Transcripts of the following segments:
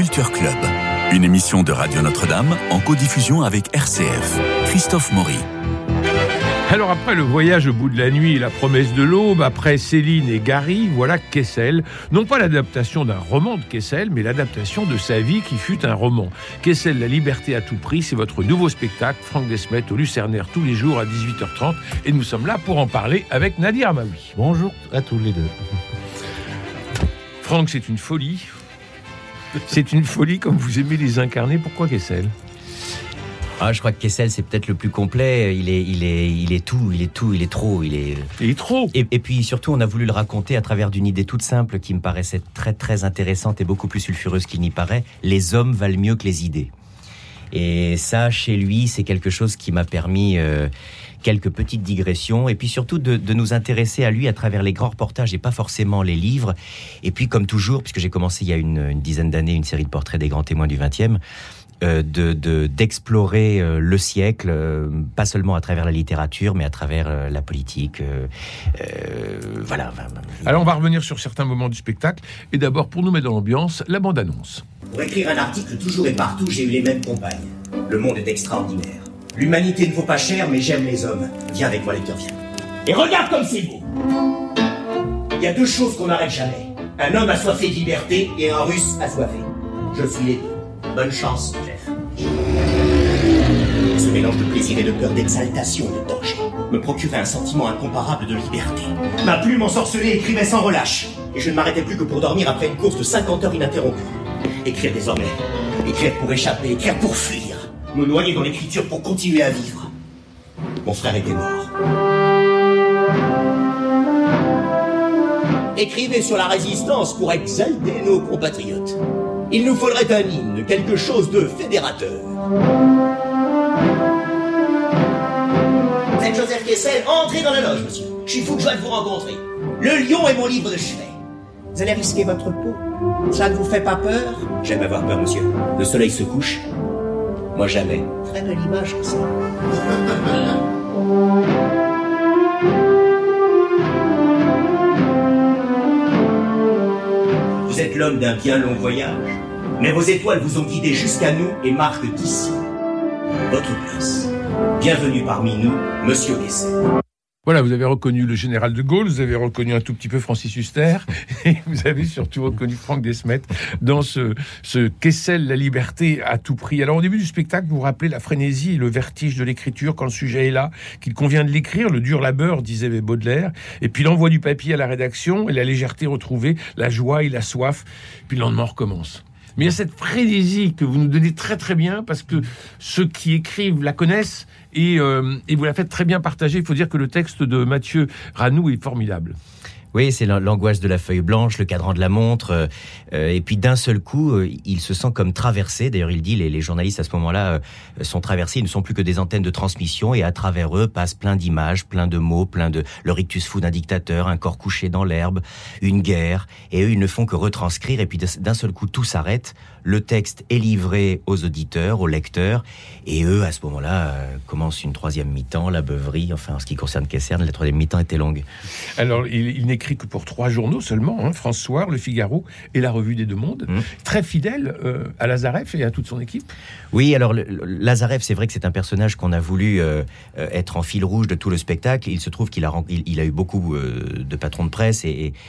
Culture Club, une émission de Radio Notre-Dame en codiffusion avec RCF. Christophe Maury. Alors après le voyage au bout de la nuit et la promesse de l'aube, après Céline et Gary, voilà Kessel. Non pas l'adaptation d'un roman de Kessel, mais l'adaptation de sa vie qui fut un roman. Kessel, la liberté à tout prix, c'est votre nouveau spectacle, Franck Desmet au Lucernaire tous les jours à 18h30. Et nous sommes là pour en parler avec Nadir Amaoui. Bonjour à tous les deux. Franck, c'est une folie. C'est une folie comme vous aimez les incarner. Pourquoi Kessel ? Je crois que Kessel, c'est peut-être le plus complet. Il est tout, il est trop. Il est trop. Et puis surtout, on a voulu le raconter à travers d'une idée toute simple qui me paraissait très très intéressante et beaucoup plus sulfureuse qu'il n'y paraît. Les hommes valent mieux que les idées. Et ça, chez lui, c'est quelque chose qui m'a permis quelques petites digressions, et puis surtout de nous intéresser à lui à travers les grands reportages et pas forcément les livres. Et puis, comme toujours, puisque j'ai commencé il y a une dizaine d'années une série de portraits des grands témoins du XXe, d'explorer le siècle, pas seulement à travers la littérature, mais à travers la politique. Voilà. Alors, on va revenir sur certains moments du spectacle. Et d'abord, pour nous mettre dans l'ambiance, la bande-annonce. Pour écrire un article toujours et partout, j'ai eu les mêmes compagnes. Le monde est extraordinaire. L'humanité ne vaut pas cher, mais j'aime les hommes. Viens avec moi, lecteur, viens. Et regarde comme c'est beau. Il y a deux choses qu'on n'arrête jamais. Un homme assoiffé de liberté et un russe assoiffé. Je suis les deux. Bonne chance, Jeff. Ce mélange de plaisir et de peur, d'exaltation et de danger me procurait un sentiment incomparable de liberté. Ma plume ensorcelée écrivait sans relâche. Et je ne m'arrêtais plus que pour dormir après une course de 50 heures ininterrompue. Écrire désormais. Écrire pour échapper, écrire pour fuir. Me noyer dans l'écriture pour continuer à vivre. Mon frère était mort. Écrivez sur la résistance pour exalter nos compatriotes. Il nous faudrait un hymne, quelque chose de fédérateur. Vous êtes Joseph Kessel, entrez dans la loge, monsieur. Je suis fou de joie de vous rencontrer. Le lion est mon livre de chevet. Vous allez risquer votre peau. Ça ne vous fait pas peur ? J'aime avoir peur, monsieur. Le soleil se couche. Moi jamais. Très belle image, ça. Vous êtes l'homme d'un bien long voyage, mais vos étoiles vous ont guidé jusqu'à nous et marquent d'ici votre place. Bienvenue parmi nous, monsieur Kessel. Voilà, vous avez reconnu le général de Gaulle, vous avez reconnu un tout petit peu Francis Huster, et vous avez surtout reconnu Franck Desmet dans ce Kessel, la liberté à tout prix. Alors au début du spectacle, vous vous rappelez la frénésie et le vertige de l'écriture quand le sujet est là, qu'il convient de l'écrire, le dur labeur, disait Baudelaire, et puis l'envoi du papier à la rédaction, et la légèreté retrouvée, la joie et la soif, puis le lendemain on recommence. Mais il y a cette frénésie que vous nous donnez très très bien, parce que ceux qui écrivent la connaissent, et vous la faites très bien partager. Il faut dire que le texte de Mathieu Ranou est formidable. Oui, c'est l'angoisse de la feuille blanche, le cadran de la montre, et puis d'un seul coup, il se sent comme traversé. D'ailleurs, il dit, les journalistes à ce moment-là sont traversés, ils ne sont plus que des antennes de transmission, et à travers eux passent plein d'images, plein de mots, le rictus fou d'un dictateur, un corps couché dans l'herbe, une guerre, et eux, ils ne font que retranscrire, et puis d'un seul coup, tout s'arrête. Le texte est livré aux auditeurs, aux lecteurs, et eux, à ce moment-là, commence une troisième mi-temps, la beuverie. Enfin, en ce qui concerne Kessel, la troisième mi-temps était longue. Alors, il n'écrit que pour 3 journaux seulement, France Soir, Le Figaro et La Revue des Deux Mondes. Très fidèle à Lazareff et à toute son équipe. Oui, alors Lazareff, c'est vrai que c'est un personnage qu'on a voulu être en fil rouge de tout le spectacle. Il se trouve qu'il a eu beaucoup de patrons de presse,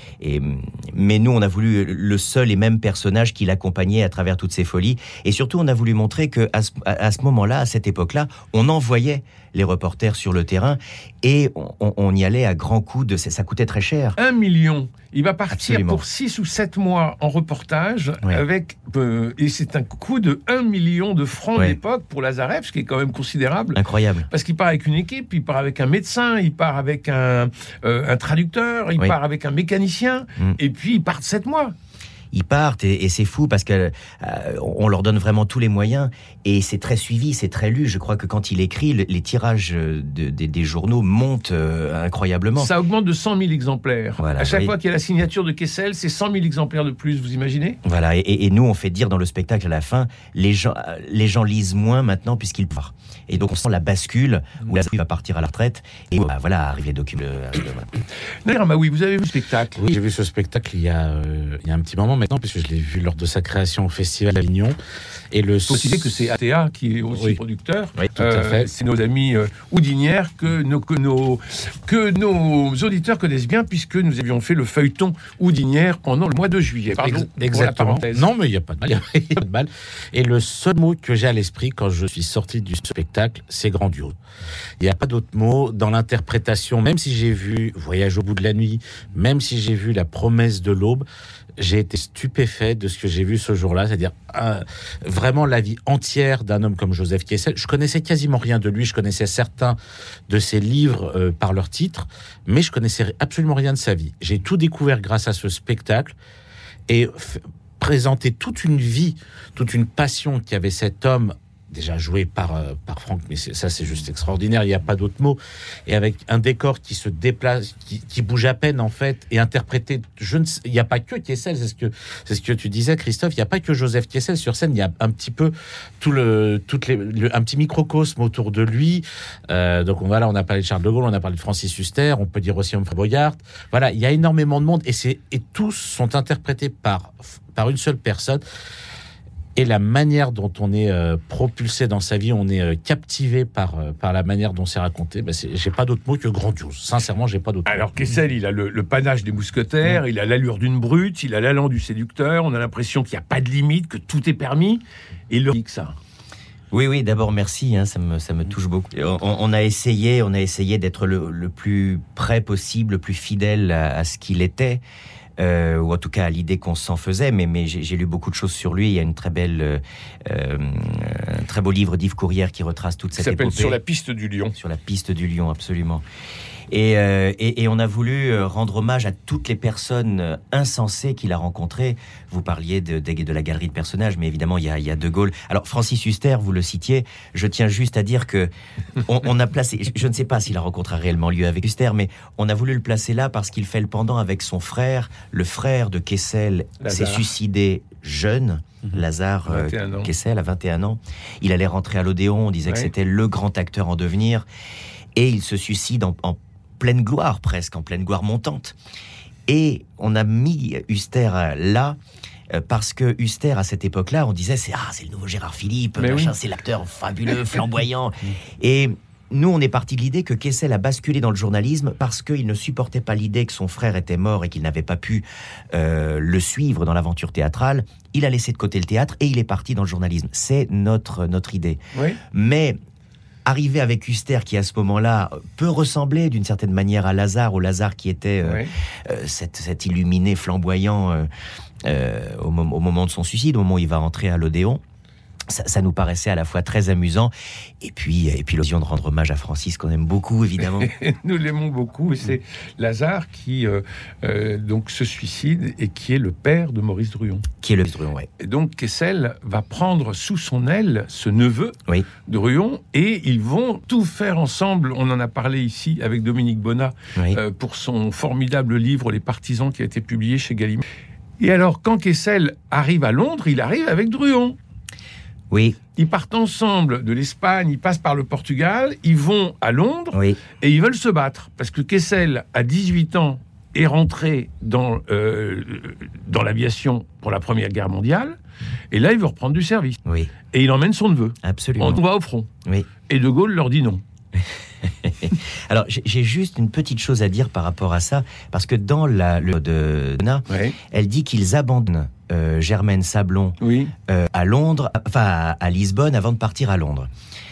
mais nous, on a voulu le seul et même personnage qui l'accompagnait à travers toutes ces folies. Et surtout, on a voulu montrer que à ce moment-là, à cette époque-là, on envoyait les reporters sur le terrain et on y allait à grands coups ça coûtait très cher. 1 million. Il va partir Absolument. pour 6 ou 7 mois en reportage, oui. Et c'est un coût de 1 million de francs oui. d'époque pour Lazareff, ce qui est quand même considérable. Incroyable. Parce qu'il part avec une équipe, il part avec un médecin, il part avec un traducteur, il oui. part avec un mécanicien, et puis ils partent 7 mois. Ils partent et c'est fou parce que on leur donne vraiment tous les moyens et c'est très suivi, c'est très lu. Je crois que quand il écrit, les tirages des journaux montent incroyablement. Ça augmente de 100 000 exemplaires. Voilà, à chaque oui. fois qu'il y a la signature de Kessel, c'est 100 000 exemplaires de plus, vous imaginez ? Voilà, et nous on fait dire dans le spectacle à la fin, les gens lisent moins maintenant puisqu'ils partent. Et donc on sent la bascule où la va partir à la retraite et voilà, arrivent les documents. Nadir Amaoui, vous avez vu le spectacle ? Oui, j'ai vu ce spectacle il y a un petit moment. maintenant, puisque je l'ai vu lors de sa création au Festival d'Avignon. Et il faut citer que c'est ATA qui est aussi producteur. Oui, tout à fait. C'est nos amis houdinières que nos auditeurs connaissent bien, puisque nous avions fait le feuilleton houdinière pendant le mois de juillet. Pardon, exactement. Non, mais il n'y a pas de mal. Et le seul mot que j'ai à l'esprit quand je suis sorti du spectacle, c'est grandiose. Il n'y a pas d'autre mot dans l'interprétation. Même si j'ai vu Voyage au bout de la nuit, même si j'ai vu La promesse de l'aube, j'ai été stupéfait de ce que j'ai vu ce jour-là, c'est-à-dire vraiment la vie entière d'un homme comme Joseph Kessel. Je connaissais quasiment rien de lui, je connaissais certains de ses livres par leur titre, mais je connaissais absolument rien de sa vie. J'ai tout découvert grâce à ce spectacle et présenter toute une vie, toute une passion qu'avait cet homme, déjà joué par Franck, mais c'est juste extraordinaire, il n'y a pas d'autre mot, et avec un décor qui se déplace, qui bouge à peine en fait, et interprété, il n'y a pas que Kessel, c'est ce que tu disais Christophe, il n'y a pas que Joseph Kessel sur scène, il y a un petit peu un petit microcosme autour de lui, donc voilà, on a parlé de Charles de Gaulle, on a parlé de Francis Huster, on peut dire aussi Humphrey Bogart, voilà, il y a énormément de monde, et tous sont interprétés par une seule personne. Et la manière dont on est propulsé dans sa vie, on est captivé par la manière dont c'est raconté. J'ai pas d'autre mot que grandiose. Sincèrement, j'ai pas d'autre mot. Alors Kessel, il a le panache des mousquetaires, il a l'allure d'une brute, il a l'allant du séducteur. On a l'impression qu'il n'y a pas de limite, que tout est permis. Et il dit que ça. Oui, d'abord merci, ça me touche beaucoup. On a essayé d'être le plus près possible, le plus fidèle à ce qu'il était. Ou en tout cas à l'idée qu'on s'en faisait, mais j'ai lu beaucoup de choses sur lui. Il y a une très un très beau livre d'Yves Courrière qui retrace toute cette épopée. Sur la piste du lion. Sur la piste du lion, absolument. Et on a voulu rendre hommage à toutes les personnes insensées qu'il a rencontrées. Vous parliez de la galerie de personnages, mais évidemment, il y a De Gaulle. Alors, Francis Huster, vous le citiez, je tiens juste à dire que on a placé, je ne sais pas si la rencontre a réellement lieu avec Huster, mais on a voulu le placer là parce qu'il fait le pendant avec son frère. Le frère de Kessel s'est suicidé jeune. Lazare Kessel, à 21 ans. Il allait rentrer à l'Odéon, on disait que c'était le grand acteur en devenir. Et il se suicide en pleine gloire, presque, en pleine gloire montante. Et on a mis Huster là, parce que Huster, à cette époque-là, on disait, c'est le nouveau Gérard Philippe, c'est l'acteur fabuleux, flamboyant. Et nous, on est parti de l'idée que Kessel a basculé dans le journalisme parce qu'il ne supportait pas l'idée que son frère était mort et qu'il n'avait pas pu le suivre dans l'aventure théâtrale. Il a laissé de côté le théâtre et il est parti dans le journalisme. C'est notre idée. Oui. Mais arriver avec Huster, qui à ce moment-là peut ressembler d'une certaine manière à Lazare, au Lazare qui était cet illuminé flamboyant au moment de son suicide, au moment où il va entrer à l'Odéon. Ça nous paraissait à la fois très amusant et puis l'occasion de rendre hommage à Francis qu'on aime beaucoup évidemment. Nous l'aimons beaucoup et c'est Lazare qui donc se suicide et qui est le père de Maurice Druon. Qui est le Druon, oui. Et donc Kessel va prendre sous son aile ce neveu de Druon et ils vont tout faire ensemble. On en a parlé ici avec Dominique Bonnat pour son formidable livre Les Partisans qui a été publié chez Gallimard. Et alors quand Kessel arrive à Londres, il arrive avec Druon. Oui. Ils partent ensemble de l'Espagne, ils passent par le Portugal, ils vont à Londres et ils veulent se battre. Parce que Kessel, à 18 ans, est rentré dans l'aviation pour la Première Guerre mondiale. Et là, il veut reprendre du service. Oui. Et il emmène son neveu. Absolument. On va au front. Oui. Et De Gaulle leur dit non. Alors, j'ai juste une petite chose à dire par rapport à ça, parce que dans le de Nana, elle dit qu'ils abandonnent Germaine Sablon à Londres, enfin à Lisbonne, avant de partir à Londres.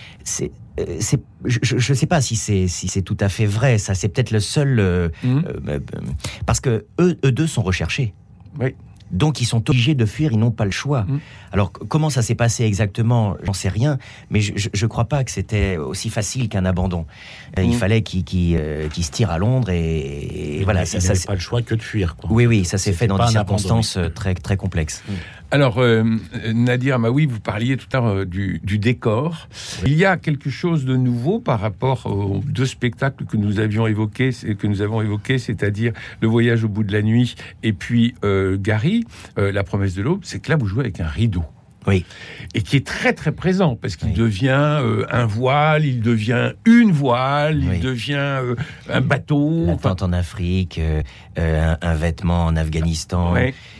Je sais pas si c'est tout à fait vrai. Ça, c'est peut-être le seul parce que eux deux sont recherchés. Oui. Donc ils sont obligés de fuir, ils n'ont pas le choix. Alors comment ça s'est passé exactement, j'en sais rien, mais je crois pas que c'était aussi facile qu'un abandon. Il fallait qu'ils se tirent à Londres et voilà. Ça n'avait pas le choix que de fuir, quoi. Oui, ça s'est fait dans des circonstances très, très complexes. Alors, Nadir Amaoui, vous parliez tout à l'heure du décor. Il y a quelque chose de nouveau par rapport aux deux spectacles que nous avons évoqués, c'est-à-dire Le Voyage au bout de la nuit et puis Gary, La promesse de l'aube, c'est que là, vous jouez avec un rideau. Oui. Et qui est très très présent, parce qu'il devient un voile, il devient une voile, il devient un bateau. La tente en Afrique, un vêtement en Afghanistan.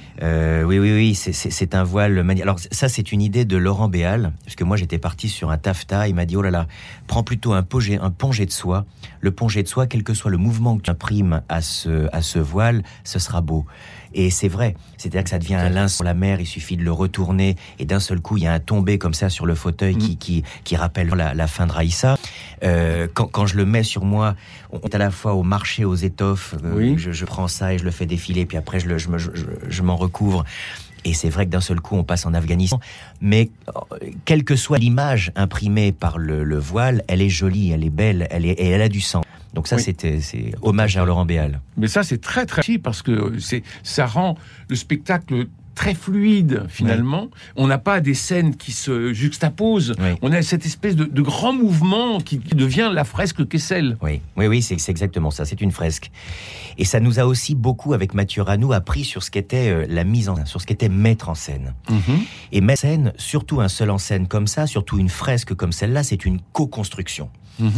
Oui, c'est un voile Alors ça, c'est une idée de Laurent Béal, parce que moi j'étais parti sur un taffetas. Il m'a dit, oh là là, prends plutôt un pongé de soie. Le pongé de soie, quel que soit le mouvement que tu imprimes à ce voile, ce sera beau. Et c'est vrai, c'est-à-dire que ça devient un lin sur la mer, il suffit de le retourner, et d'un seul coup, il y a un tombé comme ça sur le fauteuil qui rappelle la fin de Raïssa. Quand je le mets sur moi, on est à la fois au marché, aux étoffes, je prends ça et je le fais défiler, puis après je m'en recouvre. Et c'est vrai que d'un seul coup, on passe en Afghanistan. Mais quelle que soit l'image imprimée par le voile, elle est jolie, elle est belle, et elle a du sens. Donc ça, c'est hommage à Laurent Béal. Mais ça, c'est très, très chic parce que ça rend le spectacle très fluide, finalement. Oui. On n'a pas des scènes qui se juxtaposent. Oui. On a cette espèce de grand mouvement qui devient la fresque Kessel. Oui, c'est exactement ça. C'est une fresque. Et ça nous a aussi beaucoup, avec Mathieu Ranoux, appris sur ce qu'était la mise en scène, sur ce qu'était mettre en scène. Et mettre en scène, surtout un seul en scène comme ça, surtout une fresque comme celle-là, c'est une co-construction.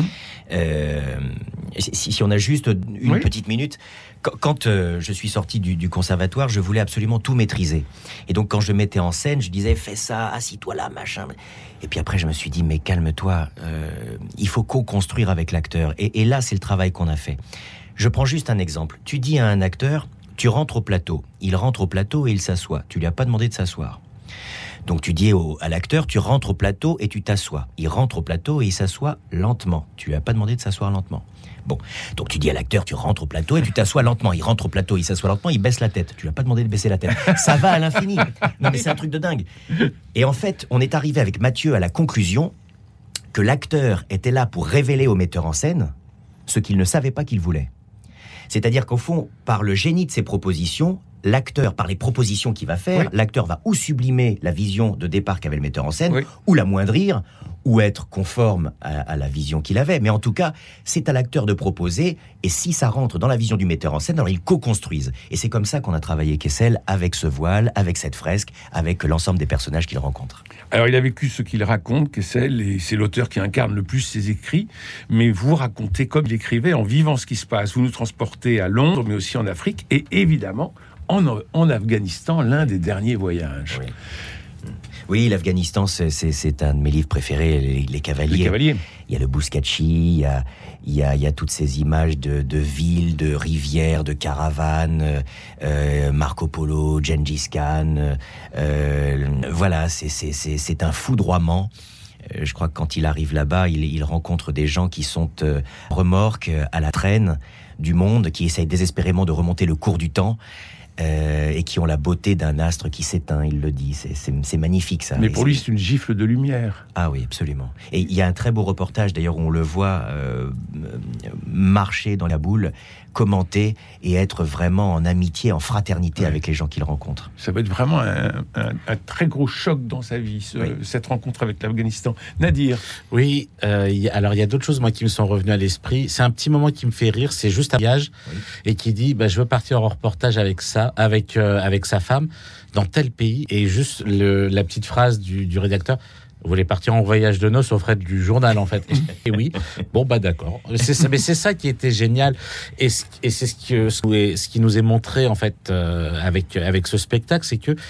Si on a juste une petite minute, quand je suis sorti du conservatoire, je voulais absolument tout maîtriser. Et donc quand je mettais en scène, je disais fais ça, assis-toi là, machin. Et puis après je me suis dit mais calme-toi, il faut co-construire avec l'acteur. Et là c'est le travail qu'on a fait. Je prends juste un exemple. Tu dis à un acteur, tu rentres au plateau. Il rentre au plateau et il s'assoit. Tu lui as pas demandé de s'asseoir. Donc tu dis à l'acteur, tu rentres au plateau et tu t'assois. Il rentre au plateau et il s'assoit lentement. Tu lui as pas demandé de s'asseoir lentement. Bon, donc tu dis à l'acteur, tu rentres au plateau et tu t'assois lentement. Il rentre au plateau, il s'assoit lentement, il baisse la tête. Tu lui as pas demandé de baisser la tête. Ça va à l'infini. Non mais c'est un truc de dingue. Et en fait, on est arrivé avec Mathieu à la conclusion que l'acteur était là pour révéler au metteur en scène ce qu'il ne savait pas qu'il voulait. C'est-à-dire qu'au fond, par le génie de ses propositions, l'acteur, par les propositions qu'il va faire, l'acteur va ou sublimer la vision de départ qu'avait le metteur en scène, ou l'amoindrir, ou être conforme à la vision qu'il avait. Mais en tout cas, c'est à l'acteur de proposer, et si ça rentre dans la vision du metteur en scène, alors ils co-construisent. Et c'est comme ça qu'on a travaillé Kessel, avec ce voile, avec cette fresque, avec l'ensemble des personnages qu'il rencontre. Alors il a vécu ce qu'il raconte, Kessel, et c'est l'auteur qui incarne le plus ses écrits, mais vous racontez comme il écrivait en vivant ce qui se passe. Vous nous transportez à Londres, mais aussi en Afrique, et évidemment en Afghanistan, l'un des derniers voyages. Oui, l'Afghanistan, c'est un de mes livres préférés, les cavaliers. Les cavaliers. Il y a le Bouskachi, il y a toutes ces images de villes, de rivières, de caravanes, Marco Polo, Gengis Khan. Voilà, c'est un foudroiement. Je crois que quand il arrive là-bas, il rencontre des gens qui sont remorques à la traîne du monde, qui essayent désespérément de remonter le cours du temps. Et qui ont la beauté d'un astre qui s'éteint, il le dit. C'est magnifique, ça. Mais pour lui, c'est une gifle de lumière. Ah oui, absolument. Et il y a un très beau reportage, d'ailleurs, où on le voit marcher dans la boule, commenter et être vraiment en amitié, en fraternité avec les gens qu'il rencontre. Ça va être vraiment un très gros choc dans sa vie, cette rencontre avec l'Afghanistan. Nadir. Oui, alors il y a d'autres choses, moi, qui me sont revenues à l'esprit. C'est un petit moment qui me fait rire, c'est juste un voyage, et qui dit, je veux partir en reportage avec ça, avec sa femme, dans tel pays, et juste la petite phrase du rédacteur: vous voulez partir en voyage de noces aux frais du journal, en fait. Et oui, d'accord. C'est ça, mais c'est ça qui était génial, et c'est ce qui nous est montré, en fait, avec ce spectacle, c'est que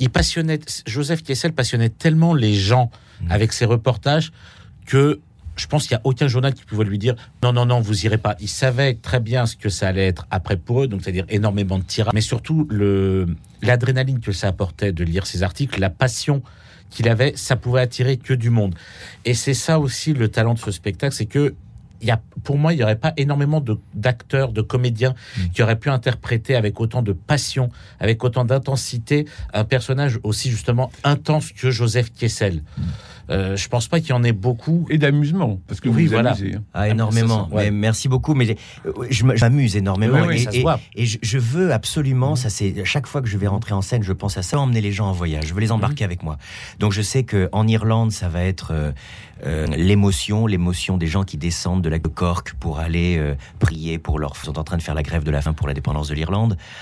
Joseph Kessel passionnait tellement les gens avec ses reportages que je pense qu'il n'y a aucun journal qui pouvait lui dire non, vous irez pas. Il savait très bien ce que ça allait être après pour eux, donc c'est-à-dire énormément de tirages, mais surtout l'adrénaline que ça apportait de lire ces articles, la passion qu'il avait, ça pouvait attirer que du monde. Et c'est ça aussi le talent de ce spectacle, c'est que pour moi, il n'y aurait pas énormément d'acteurs, de comédiens qui auraient pu interpréter avec autant de passion, avec autant d'intensité, un personnage aussi justement intense que Joseph Kessel. Je pense pas qu'il y en ait beaucoup. Et d'amusement, parce que vous vous amusez. Énormément. Mais merci beaucoup, mais je m'amuse énormément. Ça se voit. Et je veux absolument, chaque fois que je vais rentrer en scène, je pense à ça, emmener les gens en voyage. Je veux les embarquer avec moi. Donc je sais qu'en Irlande, ça va être l'émotion des gens qui descendent de la Cork pour aller prier sont en train de faire la grève de la faim pour la dépendance de l'Irlande.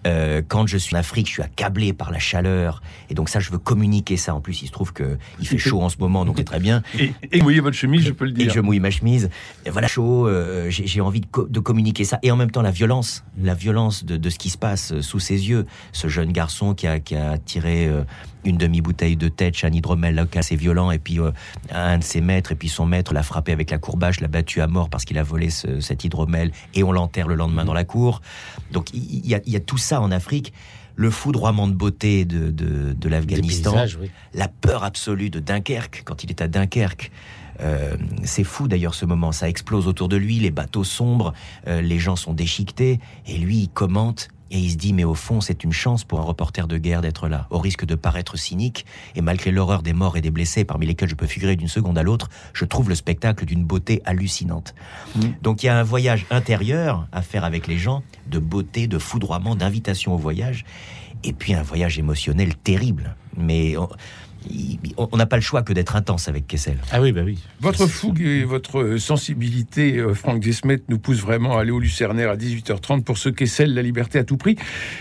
Quand je suis en Afrique, je suis accablé par la chaleur. Et donc ça, je veux communiquer ça. En plus, il se trouve qu'il fait chaud en ce moment, donc c'est très bien. Et mouiller votre chemise, je peux le dire. Et je mouille ma chemise. Et voilà, chaud, j'ai envie de communiquer ça. Et en même temps, la violence de ce qui se passe sous ses yeux. Ce jeune garçon qui a tiré une demi-bouteille de tête, un hydromel local assez violent, et puis un de ses maîtres, et puis son maître l'a frappé avec la courbache, l'a battu à mort parce qu'il a volé cet hydromel, et on l'enterre le lendemain dans la cour. Donc il y a tout ça en Afrique. Le foudroiement de beauté de l'Afghanistan, paysages, oui. La peur absolue de Dunkerque, quand il est à Dunkerque. C'est fou d'ailleurs ce moment, ça explose autour de lui, les bateaux sombrent, les gens sont déchiquetés, et lui il commente. Et il se dit, mais au fond, c'est une chance pour un reporter de guerre d'être là, au risque de paraître cynique. Et malgré l'horreur des morts et des blessés, parmi lesquels je peux figurer d'une seconde à l'autre, je trouve le spectacle d'une beauté hallucinante. Donc il y a un voyage intérieur à faire avec les gens, de beauté, de foudroiement, d'invitation au voyage. Et puis un voyage émotionnel terrible. Mais on n'a pas le choix que d'être intense avec Kessel. Ah oui, bah oui. Votre fougue et votre sensibilité, Franck Desmet, nous poussent vraiment à aller au Lucernaire à 18h30 pour ce Kessel, la liberté à tout prix.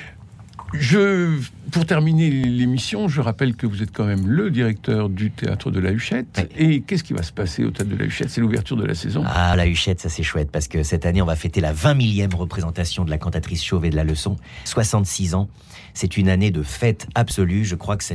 Pour terminer l'émission, je rappelle que vous êtes quand même le directeur du Théâtre de la Huchette. Oui. Et qu'est-ce qui va se passer au Théâtre de la Huchette ? C'est l'ouverture de la saison. Ah, la Huchette, ça c'est chouette, parce que cette année, on va fêter la 20 millième représentation de la cantatrice Chauvet de la Leçon. 66 ans. C'est une année de fête absolue. Je crois que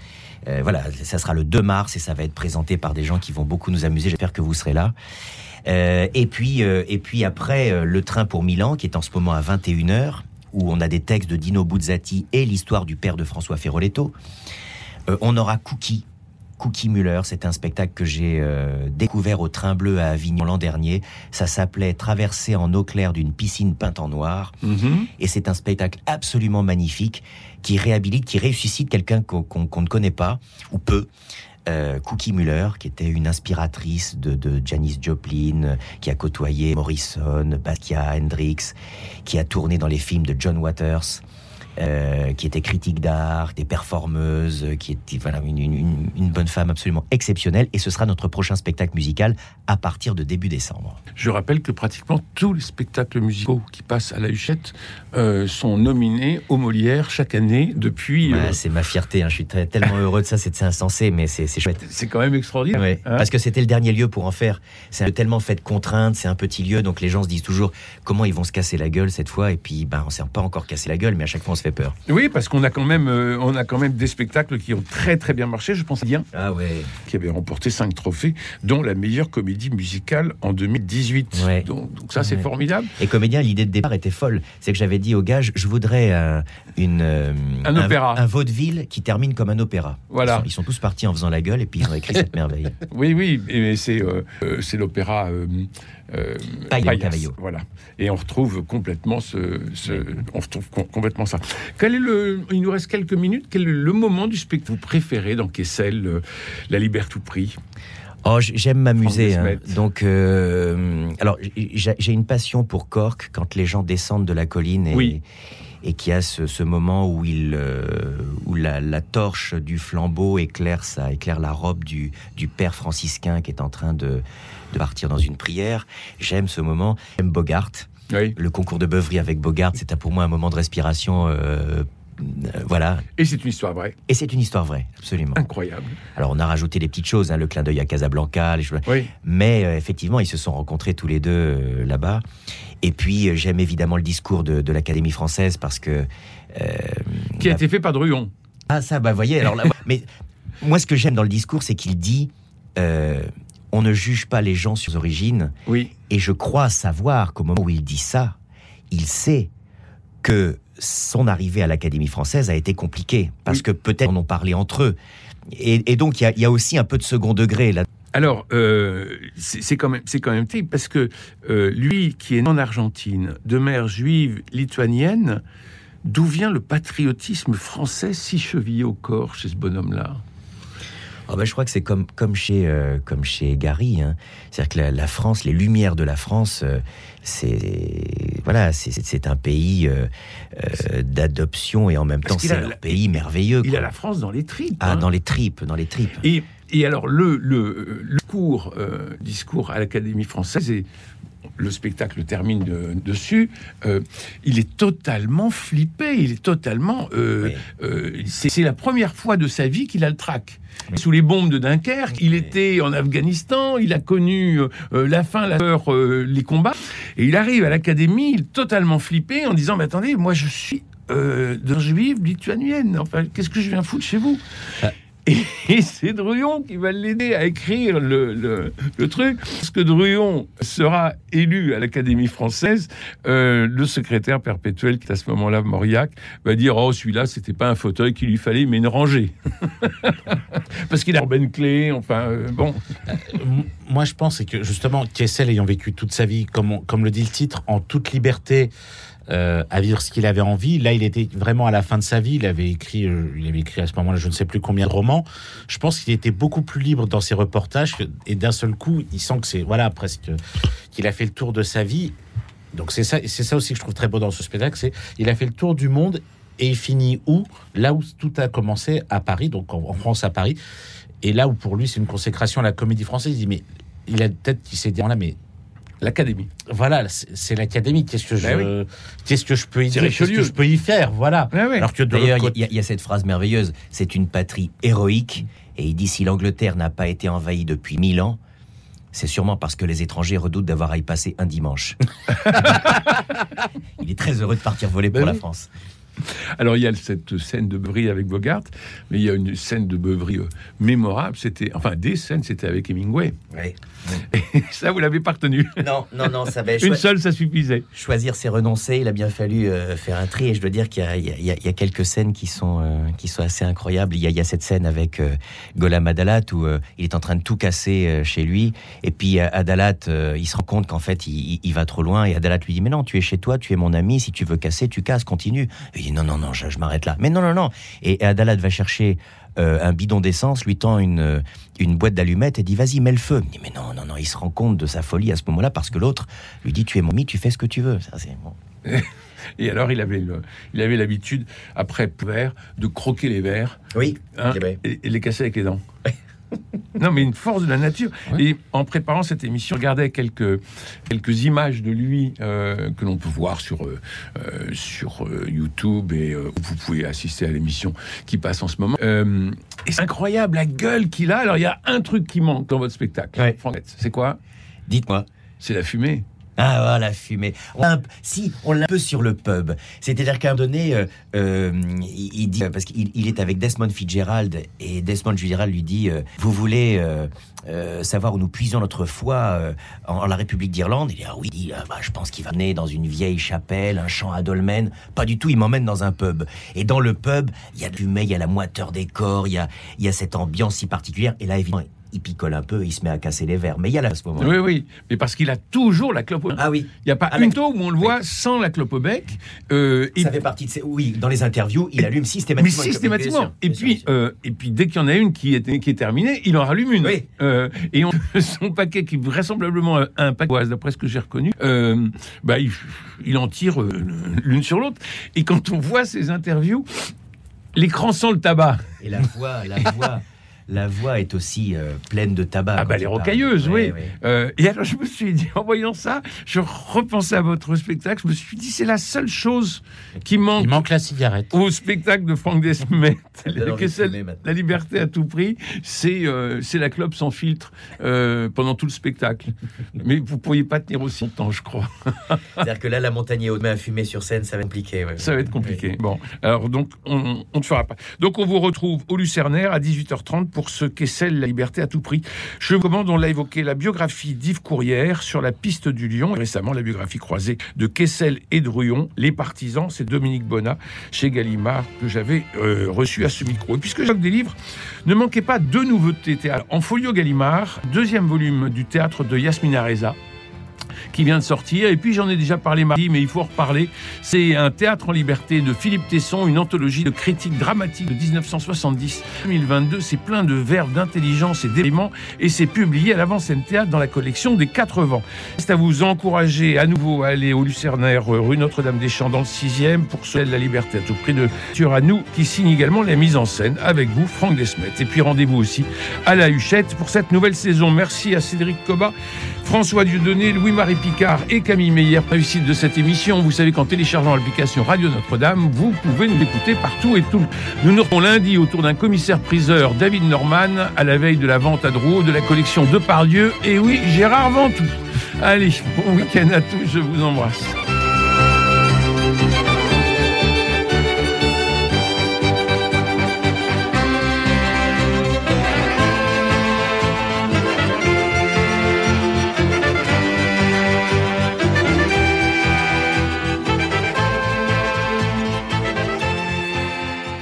ça sera le 2 mars et ça va être présenté par des gens qui vont beaucoup nous amuser. J'espère que vous serez là. Et puis après, le train pour Milan, qui est en ce moment à 21h, où on a des textes de Dino Buzzati et l'histoire du père de François Feroletto. On aura Cookie Muller, c'est un spectacle que j'ai découvert au Train Bleu à Avignon l'an dernier. Ça s'appelait Traversée en eau claire d'une piscine peinte en noir. Et c'est un spectacle absolument magnifique qui réhabilite, qui ressuscite quelqu'un qu'on ne connaît pas, ou peu. Cookie Muller, qui était une inspiratrice de Janis Joplin, qui a côtoyé Morrison, Basquiat, Hendrix, qui a tourné dans les films de John Waters, qui était critique d'art, des performeuse, qui était une bonne femme absolument exceptionnelle. Et ce sera notre prochain spectacle musical à partir de début décembre. Je rappelle que pratiquement tous les spectacles musicaux qui passent à la Huchette sont nominés aux Molières chaque année depuis... C'est ma fierté, je suis tellement heureux de ça, c'est insensé, mais c'est chouette. C'est quand même extraordinaire. Ouais, parce que c'était le dernier lieu pour en faire. C'est tellement fait de contraintes, c'est un petit lieu, donc les gens se disent toujours comment ils vont se casser la gueule cette fois, et puis on ne s'est pas encore cassé la gueule, mais à chaque fois on se fait peur. Oui, parce qu'on a quand même des spectacles qui ont très très bien marché. Je pense à Bien, qui avait remporté 5 trophées, dont la meilleure comédie musicale en 2018. Ouais. Donc ça, c'est formidable. Et Comédien, l'idée de départ était folle. C'est que j'avais dit aux gars, je voudrais un opéra, un vaudeville qui termine comme un opéra. Voilà. Ils sont tous partis en faisant la gueule et puis ils ont écrit cette merveille. Oui, et c'est l'opéra Paille Cavallo. Voilà. Et on retrouve complètement complètement ça. Il nous reste quelques minutes. Quel est le moment du spectacle vous préférez dans Kessel, la liberté à tout prix ? J'aime m'amuser. Donc, alors j'ai une passion pour Cork quand les gens descendent de la colline et qu'il y a ce moment où la torche du flambeau éclaire la robe du père franciscain qui est en train de partir dans une prière. J'aime ce moment. J'aime Bogart. Oui. Le concours de beuverie avec Bogart, c'était pour moi un moment de respiration. Voilà. Et c'est une histoire vraie. Et c'est une histoire vraie, absolument. Incroyable. Alors on a rajouté des petites choses, le clin d'œil à Casablanca, mais effectivement ils se sont rencontrés tous les deux là-bas. Et puis j'aime évidemment le discours de l'Académie française parce que qui a été fait par Druon. Ah ça, voyez. Alors là, mais moi ce que j'aime dans le discours, c'est qu'il dit on ne juge pas les gens sur leurs origines. Oui. Et je crois savoir qu'au moment où il dit ça, il sait que son arrivée à l'Académie française a été compliquée, parce que peut-être en ont parlé entre eux. Et donc, il y a aussi un peu de second degré là. Alors, c'est quand même terrible, parce que lui, qui est né en Argentine, de mère juive lituanienne, d'où vient le patriotisme français si chevillé au corps chez ce bonhomme-là ? Je crois que c'est comme chez Gary, c'est-à-dire que la France, les lumières de la France, c'est un pays d'adoption et en même temps c'est un pays merveilleux. Il a la France dans les tripes. Dans les tripes. Et Et alors, le discours à l'Académie française, et le spectacle termine dessus, il est totalement flippé, il est totalement... c'est la première fois de sa vie qu'il a le trac. Sous les bombes de Dunkerque, il était en Afghanistan, il a connu la faim, la peur, les combats, et il arrive à l'Académie, il est totalement flippé, en disant « Mais attendez, moi je suis d'un juif lituanienne, enfin, qu'est-ce que je viens foutre chez vous ?» Et c'est Druyon qui va l'aider à écrire le truc. Parce que Druyon sera élu à l'Académie française, le secrétaire perpétuel, qui est à ce moment-là Mauriac, va dire « Oh, celui-là, c'était pas un fauteuil qu'il lui fallait, mais une rangée. » Parce qu'il a Ben Clé, enfin, bon. Moi, je pense que, justement, Kessel, ayant vécu toute sa vie, comme le dit le titre, en toute liberté, à vivre ce qu'il avait envie. Là, il était vraiment à la fin de sa vie. Il avait écrit à ce moment-là, je ne sais plus combien de romans. Je pense qu'il était beaucoup plus libre dans ses reportages et d'un seul coup, il sent que c'est presque qu'il a fait le tour de sa vie. Donc c'est ça aussi que je trouve très beau dans ce spectacle, c'est il a fait le tour du monde et il finit où ? Là où tout a commencé, à Paris, donc en France, à Paris. Et là où pour lui c'est une consécration à la Comédie Française. Il dit mais il a peut-être qu'il s'est dit là mais l'Académie. Voilà, c'est l'Académie. Qu'est-ce que je peux y dire ? Qu'est-ce que je peux y faire ? Voilà. Oui. Alors que d'ailleurs, il y a cette phrase merveilleuse. C'est une patrie héroïque. Et il dit, si l'Angleterre n'a pas été envahie depuis 1000 ans, c'est sûrement parce que les étrangers redoutent d'avoir à y passer un dimanche. Il est très heureux de partir voler pour la France. Alors, il y a cette scène de beuverie avec Bogart, mais il y a une scène de beuverie mémorable. Des scènes, c'était avec Hemingway. Oui. Et ça, vous l'avez pas retenu. Non, ça va. Une seule, ça suffisait. Choisir, c'est renoncer. Il a bien fallu faire un tri. Et je dois dire qu'il y a quelques scènes qui sont assez incroyables. Il y a cette scène avec Gholam Adalat où il est en train de tout casser chez lui. Et puis Adalat, il se rend compte qu'en fait, il va trop loin. Et Adalat lui dit, mais non, tu es chez toi, tu es mon ami. Si tu veux casser, tu casses, continue. Et il dit, non, je m'arrête là. Mais non. Et Adalat va chercher un bidon d'essence, lui tend une boîte d'allumettes et dit vas-y, mets le feu. Il dit mais non, il se rend compte de sa folie à ce moment-là parce que l'autre lui dit tu es mon ami, tu fais ce que tu veux. Ça, c'est bon. Et alors il avait l'habitude, après verre, de croquer les verres. Oui. Et les casser avec les dents. Non, mais une force de la nature. Ouais. Et en préparant cette émission, je regardais quelques images de lui que l'on peut voir sur YouTube et vous pouvez assister à l'émission qui passe en ce moment. Et c'est incroyable la gueule qu'il a. Alors il y a un truc qui manque dans votre spectacle. Ouais. Franck, c'est quoi ? Dites-moi. C'est la fumée. Ah, la fumée. On l'a un peu sur le pub. C'est-à-dire qu'à un moment donné, il dit, parce qu'il est avec Desmond Fitzgerald, et Desmond Fitzgerald lui dit, vous voulez savoir où nous puisons notre foi en la République d'Irlande ? Il dit, ah oui, je pense qu'il va mener dans une vieille chapelle, un champ à dolmen. Pas du tout, il m'emmène dans un pub. Et dans le pub, il y a de fumée, il y a la moiteur des corps, il y a cette ambiance si particulière. Et là, évidemment, il picole un peu, il se met à casser les verres. Mais il y a là, à ce moment-là. Oui, mais parce qu'il a toujours la clope au bec. Ah oui. Il n'y a pas une tôt où on le voit sans la clope au bec. Ça fait partie de ses... Oui, dans les interviews, il allume systématiquement. Mais systématiquement. Et puis, dès qu'il y en a une qui est terminée, il en rallume une. Oui. Et son paquet, qui est vraisemblablement un paquet, d'après ce que j'ai reconnu, il en tire l'une sur l'autre. Et quand on voit ces interviews, l'écran sent le tabac. Et la voix... La voix est aussi pleine de tabac. Ah elle est rocailleuse, oui. Et alors je me suis dit, en voyant ça, je repensais à votre spectacle, je me suis dit, c'est la seule chose qui manque. Il manque la cigarette. Au spectacle de Franck Desmet, la liberté à tout prix, c'est la clope sans filtre pendant tout le spectacle. Mais vous ne pourriez pas tenir aussi longtemps, je crois. C'est-à-dire que là, la montagne est haute, mais à fumer sur scène, ça va être compliqué. Ouais. Ça va être compliqué. Ouais. Bon, alors donc, on ne fera pas. Donc on vous retrouve au Lucernaire à 18h30 pour ce Kessel, la liberté à tout prix. Je vous recommande, on l'a évoqué, la biographie d'Yves Courrière sur la piste du Lion, et récemment la biographie croisée de Kessel et Druyon, Les Partisans, c'est Dominique Bonnat chez Gallimard que j'avais reçu à ce micro. Et puisque j'évoque des livres, ne manquez pas deux nouveautés théâtre. En folio Gallimard, 2e volume du théâtre de Yasmina Reza, qui vient de sortir. Et puis j'en ai déjà parlé mardi, mais il faut en reparler. C'est un théâtre en liberté de Philippe Tesson, une anthologie de critiques dramatiques de 1970-2022. C'est plein de verbes, d'intelligence et d'éléments, et c'est publié à l'Avant-Scène Théâtre dans la collection des 4 vents. C'est à vous encourager à nouveau à aller au Lucernaire, rue Notre-Dame-des-Champs, dans le 6e, pour ce la liberté à tout prix de Turano, qui signe également la mise en scène avec vous, Franck Desmet. Et puis rendez-vous aussi à la Huchette pour cette nouvelle saison. Merci à Cédric Cobat, François Dieudonné, Louis-Marie Picard et Camille Meyer. Réussite de cette émission. Vous savez qu'en téléchargeant l'application Radio Notre-Dame, vous pouvez nous écouter partout et tout. Nous nous retrouvons lundi autour d'un commissaire-priseur, David Norman, à la veille de la vente à Drouot de la collection Depardieu. Et oui, Gérard Ventoux. Allez, bon week-end à tous, je vous embrasse.